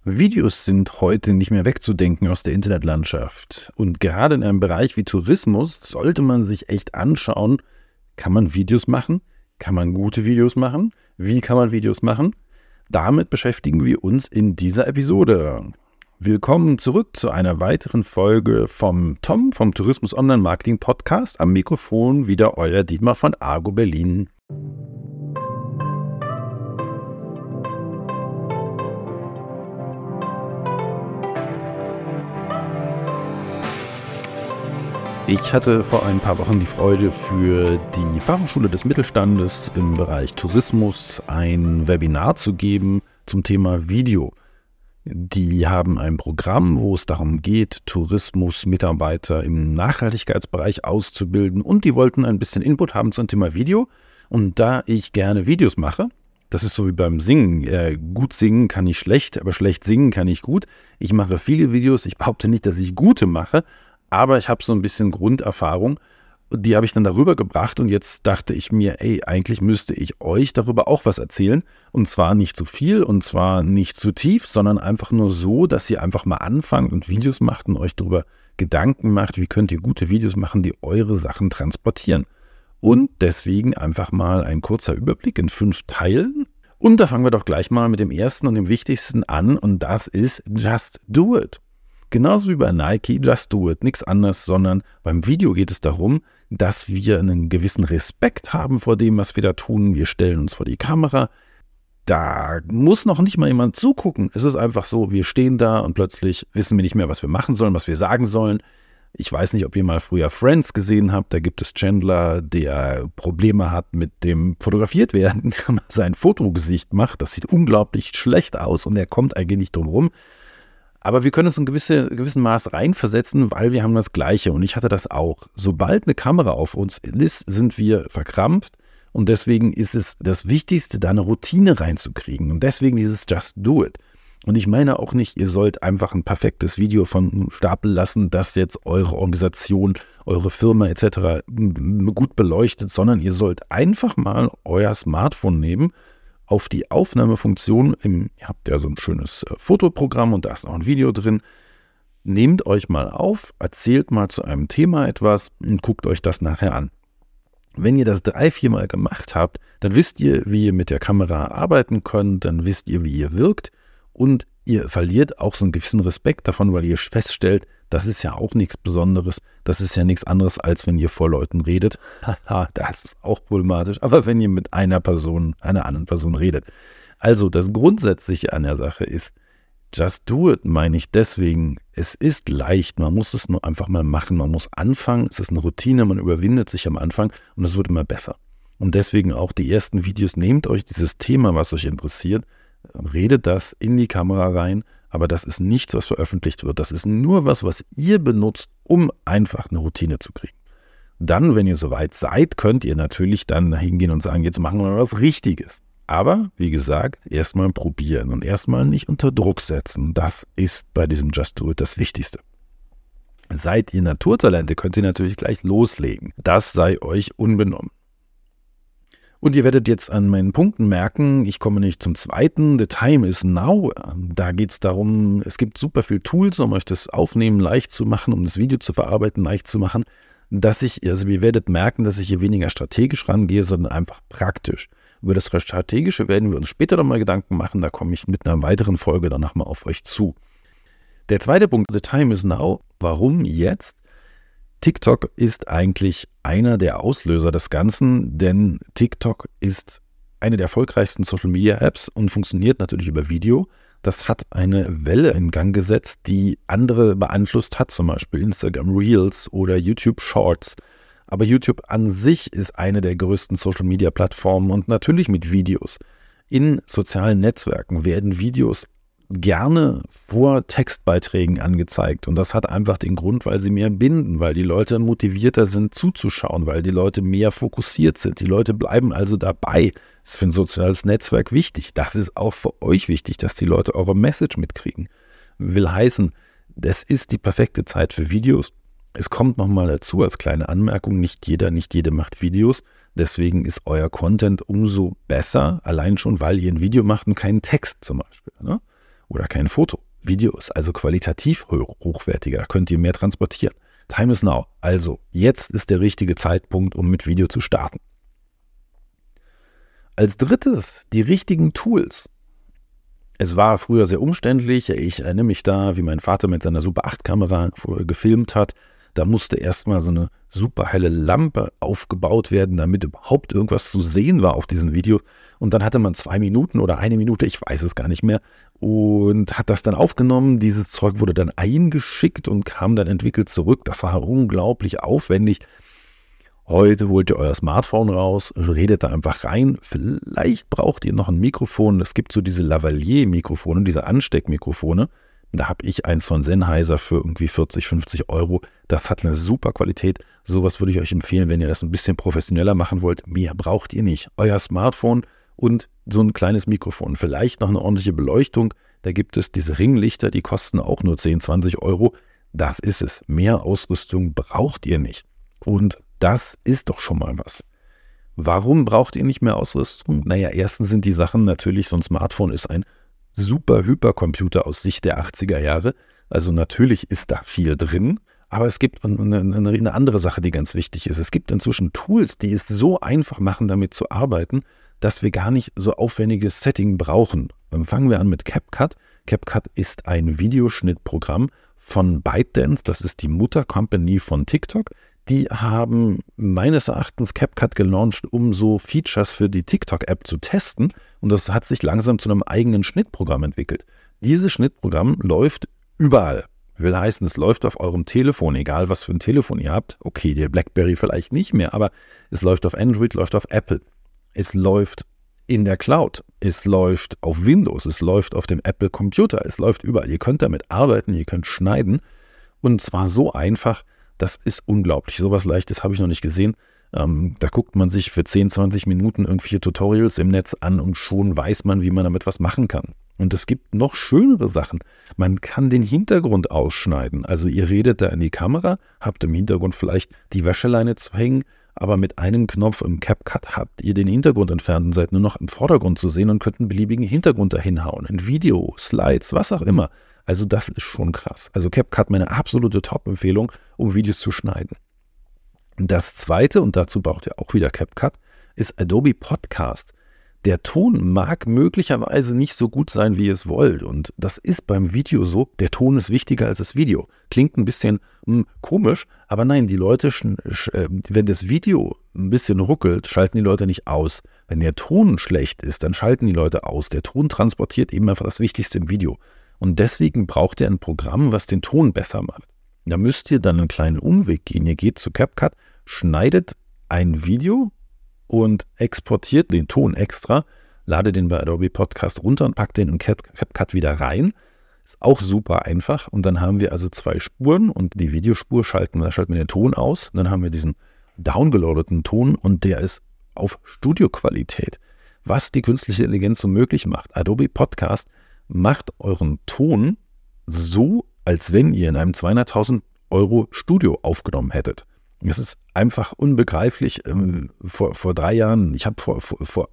Videos sind heute nicht mehr wegzudenken aus der Internetlandschaft. Und gerade in einem Bereich wie Tourismus sollte man sich echt anschauen, kann man Videos machen? Kann man gute Videos machen? Wie kann man Videos machen? Damit beschäftigen wir uns in dieser Episode. Willkommen zurück zu einer weiteren Folge vom Tourismus Online Marketing Podcast. Am Mikrofon wieder euer Dietmar von Argo Berlin. Ich hatte vor ein paar Wochen die Freude, für die Fachhochschule des Mittelstandes im Bereich Tourismus ein Webinar zu geben zum Thema Video. Die haben ein Programm, wo es darum geht, Tourismusmitarbeiter im Nachhaltigkeitsbereich auszubilden, und die wollten ein bisschen Input haben zum Thema Video. Und da ich gerne Videos mache, das ist so wie beim Singen, gut singen kann ich schlecht, aber schlecht singen kann ich gut. Ich mache viele Videos, ich behaupte nicht, dass ich gute mache, aber ich habe so ein bisschen Grunderfahrung, die habe ich dann darüber gebracht, und jetzt dachte ich mir, eigentlich müsste ich euch darüber auch was erzählen, und zwar nicht zu viel und zwar nicht zu tief, sondern einfach nur so, dass ihr einfach mal anfangt und Videos macht und euch darüber Gedanken macht, wie könnt ihr gute Videos machen, die eure Sachen transportieren. Und deswegen einfach mal ein kurzer Überblick in 5 Teilen, und da fangen wir doch gleich mal mit dem ersten und dem wichtigsten an, und das ist Just Do It. Genauso wie bei Nike, Just Do It, nichts anderes, sondern beim Video geht es darum, dass wir einen gewissen Respekt haben vor dem, was wir da tun. Wir stellen uns vor die Kamera, da muss noch nicht mal jemand zugucken. Es ist einfach so, wir stehen da und plötzlich wissen wir nicht mehr, was wir machen sollen, was wir sagen sollen. Ich weiß nicht, ob ihr mal früher Friends gesehen habt, da gibt es Chandler, der Probleme hat mit dem fotografiert werden, sein Fotogesicht macht, das sieht unglaublich schlecht aus und er kommt eigentlich nicht drum rum. Aber wir können uns in gewissen Maß reinversetzen, weil wir haben das Gleiche, und ich hatte das auch. Sobald eine Kamera auf uns ist, sind wir verkrampft, und deswegen ist es das Wichtigste, da eine Routine reinzukriegen, und deswegen dieses Just Do It. Und ich meine auch nicht, ihr sollt einfach ein perfektes Video von Stapel lassen, das jetzt eure Organisation, eure Firma etc. gut beleuchtet, sondern ihr sollt einfach mal euer Smartphone nehmen, auf die Aufnahmefunktion, ihr habt ja so ein schönes Fotoprogramm und da ist noch ein Video drin. Nehmt euch mal auf, erzählt mal zu einem Thema etwas und guckt euch das nachher an. Wenn ihr das 3-4 Mal gemacht habt, dann wisst ihr, wie ihr mit der Kamera arbeiten könnt, dann wisst ihr, wie ihr wirkt, und ihr verliert auch so einen gewissen Respekt davon, weil ihr feststellt, das ist ja auch nichts Besonderes, das ist ja nichts anderes, als wenn ihr vor Leuten redet. Haha, das ist auch problematisch, aber wenn ihr mit einer anderen Person redet. Also das Grundsätzliche an der Sache ist, Just Do It meine ich deswegen, es ist leicht, man muss es nur einfach mal machen, man muss anfangen, es ist eine Routine, man überwindet sich am Anfang und es wird immer besser. Und deswegen auch die ersten Videos, nehmt euch dieses Thema, was euch interessiert, redet das in die Kamera rein, aber das ist nichts, was veröffentlicht wird. Das ist nur was ihr benutzt, um einfach eine Routine zu kriegen. Dann, wenn ihr soweit seid, könnt ihr natürlich dann hingehen und sagen, jetzt machen wir mal was Richtiges. Aber, wie gesagt, erstmal probieren und erstmal nicht unter Druck setzen. Das ist bei diesem Just Do It das Wichtigste. Seid ihr Naturtalente, könnt ihr natürlich gleich loslegen. Das sei euch unbenommen. Und ihr werdet jetzt an meinen Punkten merken, ich komme nicht zum zweiten, the time is now. Da geht es darum, es gibt super viele Tools, um euch das Aufnehmen leicht zu machen, um das Video zu verarbeiten leicht zu machen, ihr werdet merken, dass ich hier weniger strategisch rangehe, sondern einfach praktisch. Über das Strategische werden wir uns später nochmal Gedanken machen, da komme ich mit einer weiteren Folge dann nochmal auf euch zu. Der zweite Punkt, the time is now. Warum jetzt? TikTok ist eigentlich einer der Auslöser des Ganzen, denn TikTok ist eine der erfolgreichsten Social-Media-Apps und funktioniert natürlich über Video. Das hat eine Welle in Gang gesetzt, die andere beeinflusst hat, zum Beispiel Instagram Reels oder YouTube Shorts. Aber YouTube an sich ist eine der größten Social-Media-Plattformen, und natürlich mit Videos. In sozialen Netzwerken werden Videos gerne vor Textbeiträgen angezeigt, und das hat einfach den Grund, weil sie mehr binden, weil die Leute motivierter sind zuzuschauen, weil die Leute mehr fokussiert sind. Die Leute bleiben also dabei. Das ist für ein soziales Netzwerk wichtig. Das ist auch für euch wichtig, dass die Leute eure Message mitkriegen. Will heißen, das ist die perfekte Zeit für Videos. Es kommt nochmal dazu als kleine Anmerkung, nicht jede macht Videos. Deswegen ist euer Content umso besser, allein schon, weil ihr ein Video macht und keinen Text zum Beispiel, ne? oder kein Foto. Video ist also qualitativ hochwertiger, da könnt ihr mehr transportieren. Time is now. Also, jetzt ist der richtige Zeitpunkt, um mit Video zu starten. Als drittes, die richtigen Tools. Es war früher sehr umständlich. Ich erinnere mich da, wie mein Vater mit seiner Super 8-Kamera gefilmt hat. Da musste erstmal so eine super helle Lampe aufgebaut werden, damit überhaupt irgendwas zu sehen war auf diesem Video. Und dann hatte man 2 Minuten oder 1 Minute, ich weiß es gar nicht mehr, und hat das dann aufgenommen. Dieses Zeug wurde dann eingeschickt und kam dann entwickelt zurück. Das war unglaublich aufwendig. Heute holt ihr euer Smartphone raus, redet da einfach rein. Vielleicht braucht ihr noch ein Mikrofon. Es gibt so diese Lavalier-Mikrofone, diese Ansteckmikrofone. Da habe ich eins von Sennheiser für irgendwie 40, 50 Euro. Das hat eine super Qualität. Sowas würde ich euch empfehlen, wenn ihr das ein bisschen professioneller machen wollt. Mehr braucht ihr nicht. Euer Smartphone und so ein kleines Mikrofon. Vielleicht noch eine ordentliche Beleuchtung. Da gibt es diese Ringlichter, die kosten auch nur 10, 20 Euro. Das ist es. Mehr Ausrüstung braucht ihr nicht. Und das ist doch schon mal was. Warum braucht ihr nicht mehr Ausrüstung? Naja, erstens sind die Sachen natürlich, so ein Smartphone ist ein super Hypercomputer aus Sicht der 80er Jahre. Also natürlich ist da viel drin, aber es gibt eine andere Sache, die ganz wichtig ist. Es gibt inzwischen Tools, die es so einfach machen, damit zu arbeiten, dass wir gar nicht so aufwendiges Setting brauchen. Dann fangen wir an mit CapCut. CapCut ist ein Videoschnittprogramm von ByteDance. Das ist die Muttercompany von TikTok. Die haben meines Erachtens CapCut gelauncht, um so Features für die TikTok-App zu testen. Und das hat sich langsam zu einem eigenen Schnittprogramm entwickelt. Dieses Schnittprogramm läuft überall. Will heißen, es läuft auf eurem Telefon, egal was für ein Telefon ihr habt. Okay, der BlackBerry vielleicht nicht mehr, aber es läuft auf Android, läuft auf Apple. Es läuft in der Cloud. Es läuft auf Windows. Es läuft auf dem Apple Computer. Es läuft überall. Ihr könnt damit arbeiten, ihr könnt schneiden. Und zwar so einfach. Das ist unglaublich. Sowas Leichtes habe ich noch nicht gesehen. Da guckt man sich für 10, 20 Minuten irgendwelche Tutorials im Netz an und schon weiß man, wie man damit was machen kann. Und es gibt noch schönere Sachen. Man kann den Hintergrund ausschneiden. Also ihr redet da in die Kamera, habt im Hintergrund vielleicht die Wäscheleine zu hängen, aber mit einem Knopf im CapCut habt ihr den Hintergrund entfernt und seid nur noch im Vordergrund zu sehen und könnt einen beliebigen Hintergrund dahin hauen. Ein Video, Slides, was auch immer. Also das ist schon krass. Also CapCut meine absolute Top-Empfehlung, um Videos zu schneiden. Das zweite, und dazu braucht ihr auch wieder CapCut, ist Adobe Podcast. Der Ton mag möglicherweise nicht so gut sein, wie ihr es wollt. Und das ist beim Video so, der Ton ist wichtiger als das Video. Klingt ein bisschen komisch, aber nein, die Leute, wenn das Video ein bisschen ruckelt, schalten die Leute nicht aus. Wenn der Ton schlecht ist, dann schalten die Leute aus. Der Ton transportiert eben einfach das Wichtigste im Video. Und deswegen braucht ihr ein Programm, was den Ton besser macht. Da müsst ihr dann einen kleinen Umweg gehen. Ihr geht zu CapCut, schneidet ein Video und exportiert den Ton extra, ladet den bei Adobe Podcast runter und packt den in CapCut wieder rein. Ist auch super einfach. Und dann haben wir also 2 Spuren und die Videospur schalten wir den Ton aus. Und dann haben wir diesen downgeloadeten Ton und der ist auf Studioqualität. Was die künstliche Intelligenz so möglich macht. Adobe Podcast macht euren Ton so, als wenn ihr in einem 200.000 Euro Studio aufgenommen hättet. Es ist einfach unbegreiflich. Vor 3 Jahren, ich habe vor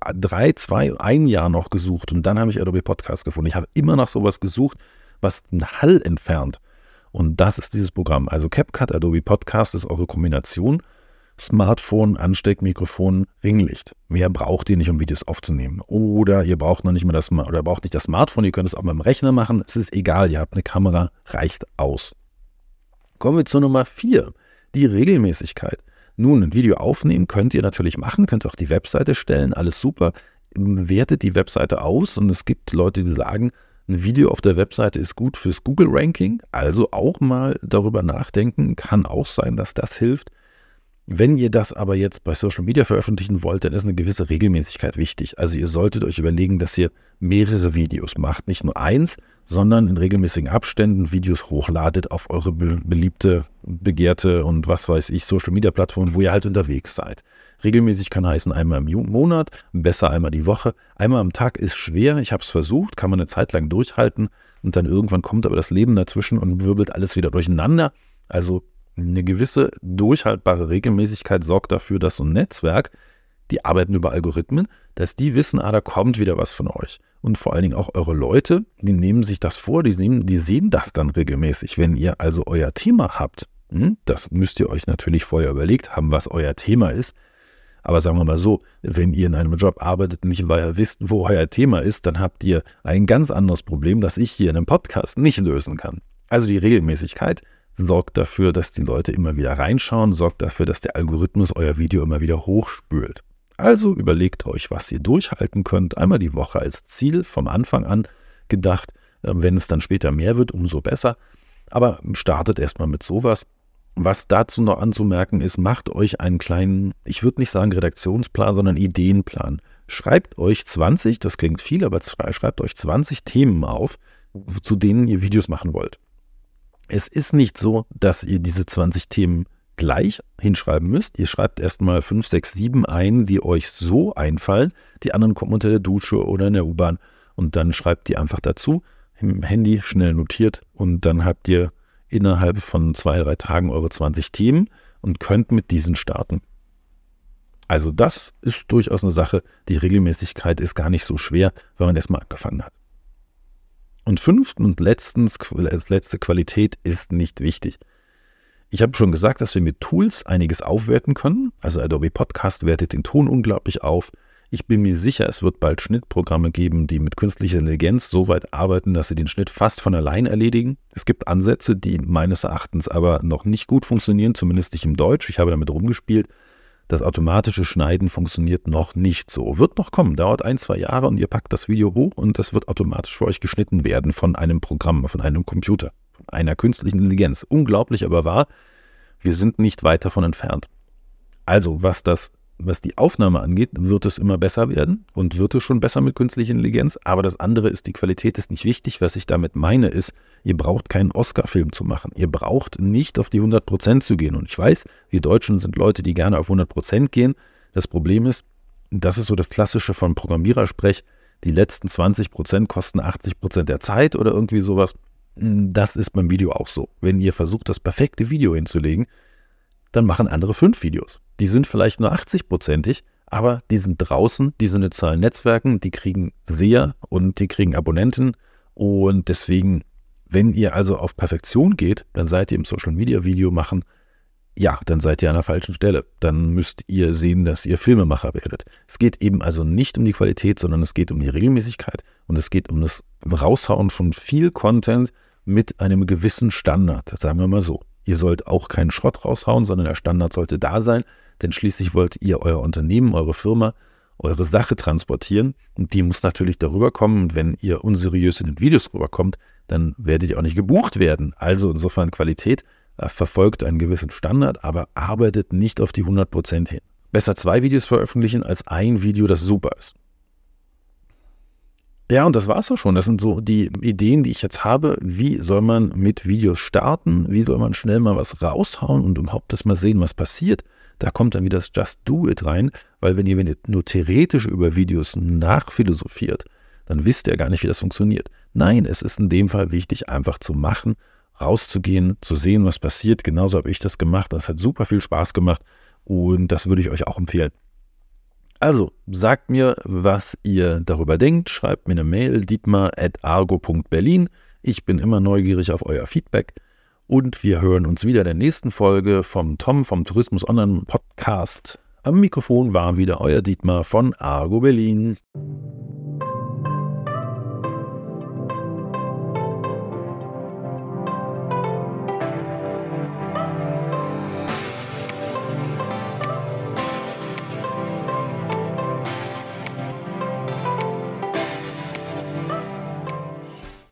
1 Jahr noch gesucht und dann habe ich Adobe Podcast gefunden. Ich habe immer nach sowas gesucht, was den Hall entfernt. Und das ist dieses Programm. Also CapCut, Adobe Podcast ist eure Kombination. Smartphone, Ansteckmikrofon, Ringlicht. Mehr braucht ihr nicht, um Videos aufzunehmen. Oder ihr braucht noch nicht mal braucht nicht das Smartphone, ihr könnt es auch mit dem Rechner machen. Es ist egal, ihr habt eine Kamera, reicht aus. Kommen wir zur Nummer 4, die Regelmäßigkeit. Nun, ein Video aufnehmen könnt ihr natürlich machen, könnt auch die Webseite stellen, alles super. Wertet die Webseite aus und es gibt Leute, die sagen, ein Video auf der Webseite ist gut fürs Google-Ranking, also auch mal darüber nachdenken, kann auch sein, dass das hilft. Wenn ihr das aber jetzt bei Social Media veröffentlichen wollt, dann ist eine gewisse Regelmäßigkeit wichtig. Also ihr solltet euch überlegen, dass ihr mehrere Videos macht. Nicht nur eins, sondern in regelmäßigen Abständen Videos hochladet auf eure beliebte, begehrte und was weiß ich, Social Media Plattformen, wo ihr halt unterwegs seid. Regelmäßig kann heißen einmal im Monat, besser einmal die Woche. Einmal am Tag ist schwer, ich habe es versucht, kann man eine Zeit lang durchhalten und dann irgendwann kommt aber das Leben dazwischen und wirbelt alles wieder durcheinander. Also eine gewisse durchhaltbare Regelmäßigkeit sorgt dafür, dass so ein Netzwerk Die arbeiten über Algorithmen, dass die wissen, da kommt wieder was von euch. Und vor allen Dingen auch eure Leute, die nehmen sich das vor, die sehen das dann regelmäßig. Wenn ihr also euer Thema habt, das müsst ihr euch natürlich vorher überlegt haben, was euer Thema ist. Aber sagen wir mal so, wenn ihr in einem Job arbeitet, nicht weil ihr wisst, wo euer Thema ist, dann habt ihr ein ganz anderes Problem, das ich hier in einem Podcast nicht lösen kann. Also die Regelmäßigkeit sorgt dafür, dass die Leute immer wieder reinschauen, sorgt dafür, dass der Algorithmus euer Video immer wieder hochspült. Also überlegt euch, was ihr durchhalten könnt, einmal die Woche als Ziel vom Anfang an gedacht. Wenn es dann später mehr wird, umso besser. Aber startet erstmal mit sowas. Was dazu noch anzumerken ist, macht euch einen kleinen, ich würde nicht sagen Redaktionsplan, sondern Ideenplan. Schreibt euch 20, das klingt viel, aber schreibt euch 20 Themen auf, zu denen ihr Videos machen wollt. Es ist nicht so, dass ihr diese 20 Themen gleich hinschreiben müsst. Ihr schreibt erstmal 5, 6, 7 ein, die euch so einfallen. Die anderen kommen unter der Dusche oder in der U-Bahn und dann schreibt ihr einfach dazu, im Handy schnell notiert und dann habt ihr innerhalb von 2, 3 Tagen eure 20 Themen und könnt mit diesen starten. Also das ist durchaus eine Sache, die Regelmäßigkeit ist gar nicht so schwer, wenn man erstmal angefangen hat. Und fünftens und letztens, als letzte Qualität ist nicht wichtig. Ich habe schon gesagt, dass wir mit Tools einiges aufwerten können. Also Adobe Podcast wertet den Ton unglaublich auf. Ich bin mir sicher, es wird bald Schnittprogramme geben, die mit künstlicher Intelligenz so weit arbeiten, dass sie den Schnitt fast von allein erledigen. Es gibt Ansätze, die meines Erachtens aber noch nicht gut funktionieren, zumindest nicht im Deutsch. Ich habe damit rumgespielt. Das automatische Schneiden funktioniert noch nicht so. Wird noch kommen, dauert 1, 2 Jahre und ihr packt das Video hoch und das wird automatisch für euch geschnitten werden von einem Programm, von einem Computer, von einer künstlichen Intelligenz. Unglaublich aber wahr, wir sind nicht weit davon entfernt. Also was die Aufnahme angeht, wird es immer besser werden und wird es schon besser mit künstlicher Intelligenz. Aber das andere ist, die Qualität ist nicht wichtig. Was ich damit meine ist, ihr braucht keinen Oscar-Film zu machen. Ihr braucht nicht auf die 100% zu gehen. Und ich weiß, wir Deutschen sind Leute, die gerne auf 100% gehen. Das Problem ist, das ist so das Klassische vom Programmierersprech, die letzten 20% kosten 80% der Zeit oder irgendwie sowas. Das ist beim Video auch so. Wenn ihr versucht, das perfekte Video hinzulegen, dann machen andere 5 Videos. Die sind vielleicht nur 80%ig, aber die sind draußen, die sind in sozialen Netzwerken, die kriegen Seher und die kriegen Abonnenten. Und deswegen, wenn ihr also auf Perfektion geht, dann seid ihr im Social-Media-Video machen, ja, dann seid ihr an der falschen Stelle. Dann müsst ihr sehen, dass ihr Filmemacher werdet. Es geht eben also nicht um die Qualität, sondern es geht um die Regelmäßigkeit und es geht um das Raushauen von viel Content mit einem gewissen Standard, sagen wir mal so. Ihr sollt auch keinen Schrott raushauen, sondern der Standard sollte da sein, denn schließlich wollt ihr euer Unternehmen, eure Firma, eure Sache transportieren und die muss natürlich darüber kommen und wenn ihr unseriös in den Videos rüberkommt, dann werdet ihr auch nicht gebucht werden. Also insofern Qualität verfolgt einen gewissen Standard, aber arbeitet nicht auf die 100% hin. Besser 2 Videos veröffentlichen als ein Video, das super ist. Ja, und das war's auch schon. Das sind so die Ideen, die ich jetzt habe. Wie soll man mit Videos starten? Wie soll man schnell mal was raushauen und überhaupt das mal sehen, was passiert? Da kommt dann wieder das Just Do It rein, weil wenn ihr nur theoretisch über Videos nachphilosophiert, dann wisst ihr gar nicht, wie das funktioniert. Nein, es ist in dem Fall wichtig, einfach zu machen, rauszugehen, zu sehen, was passiert. Genauso habe ich das gemacht. Das hat super viel Spaß gemacht und das würde ich euch auch empfehlen. Also, sagt mir, was ihr darüber denkt. Schreibt mir eine Mail, dietmar@argo.berlin. Ich bin immer neugierig auf euer Feedback. Und wir hören uns wieder in der nächsten Folge vom Tourismus Online Podcast. Am Mikrofon war wieder euer Dietmar von Argo Berlin.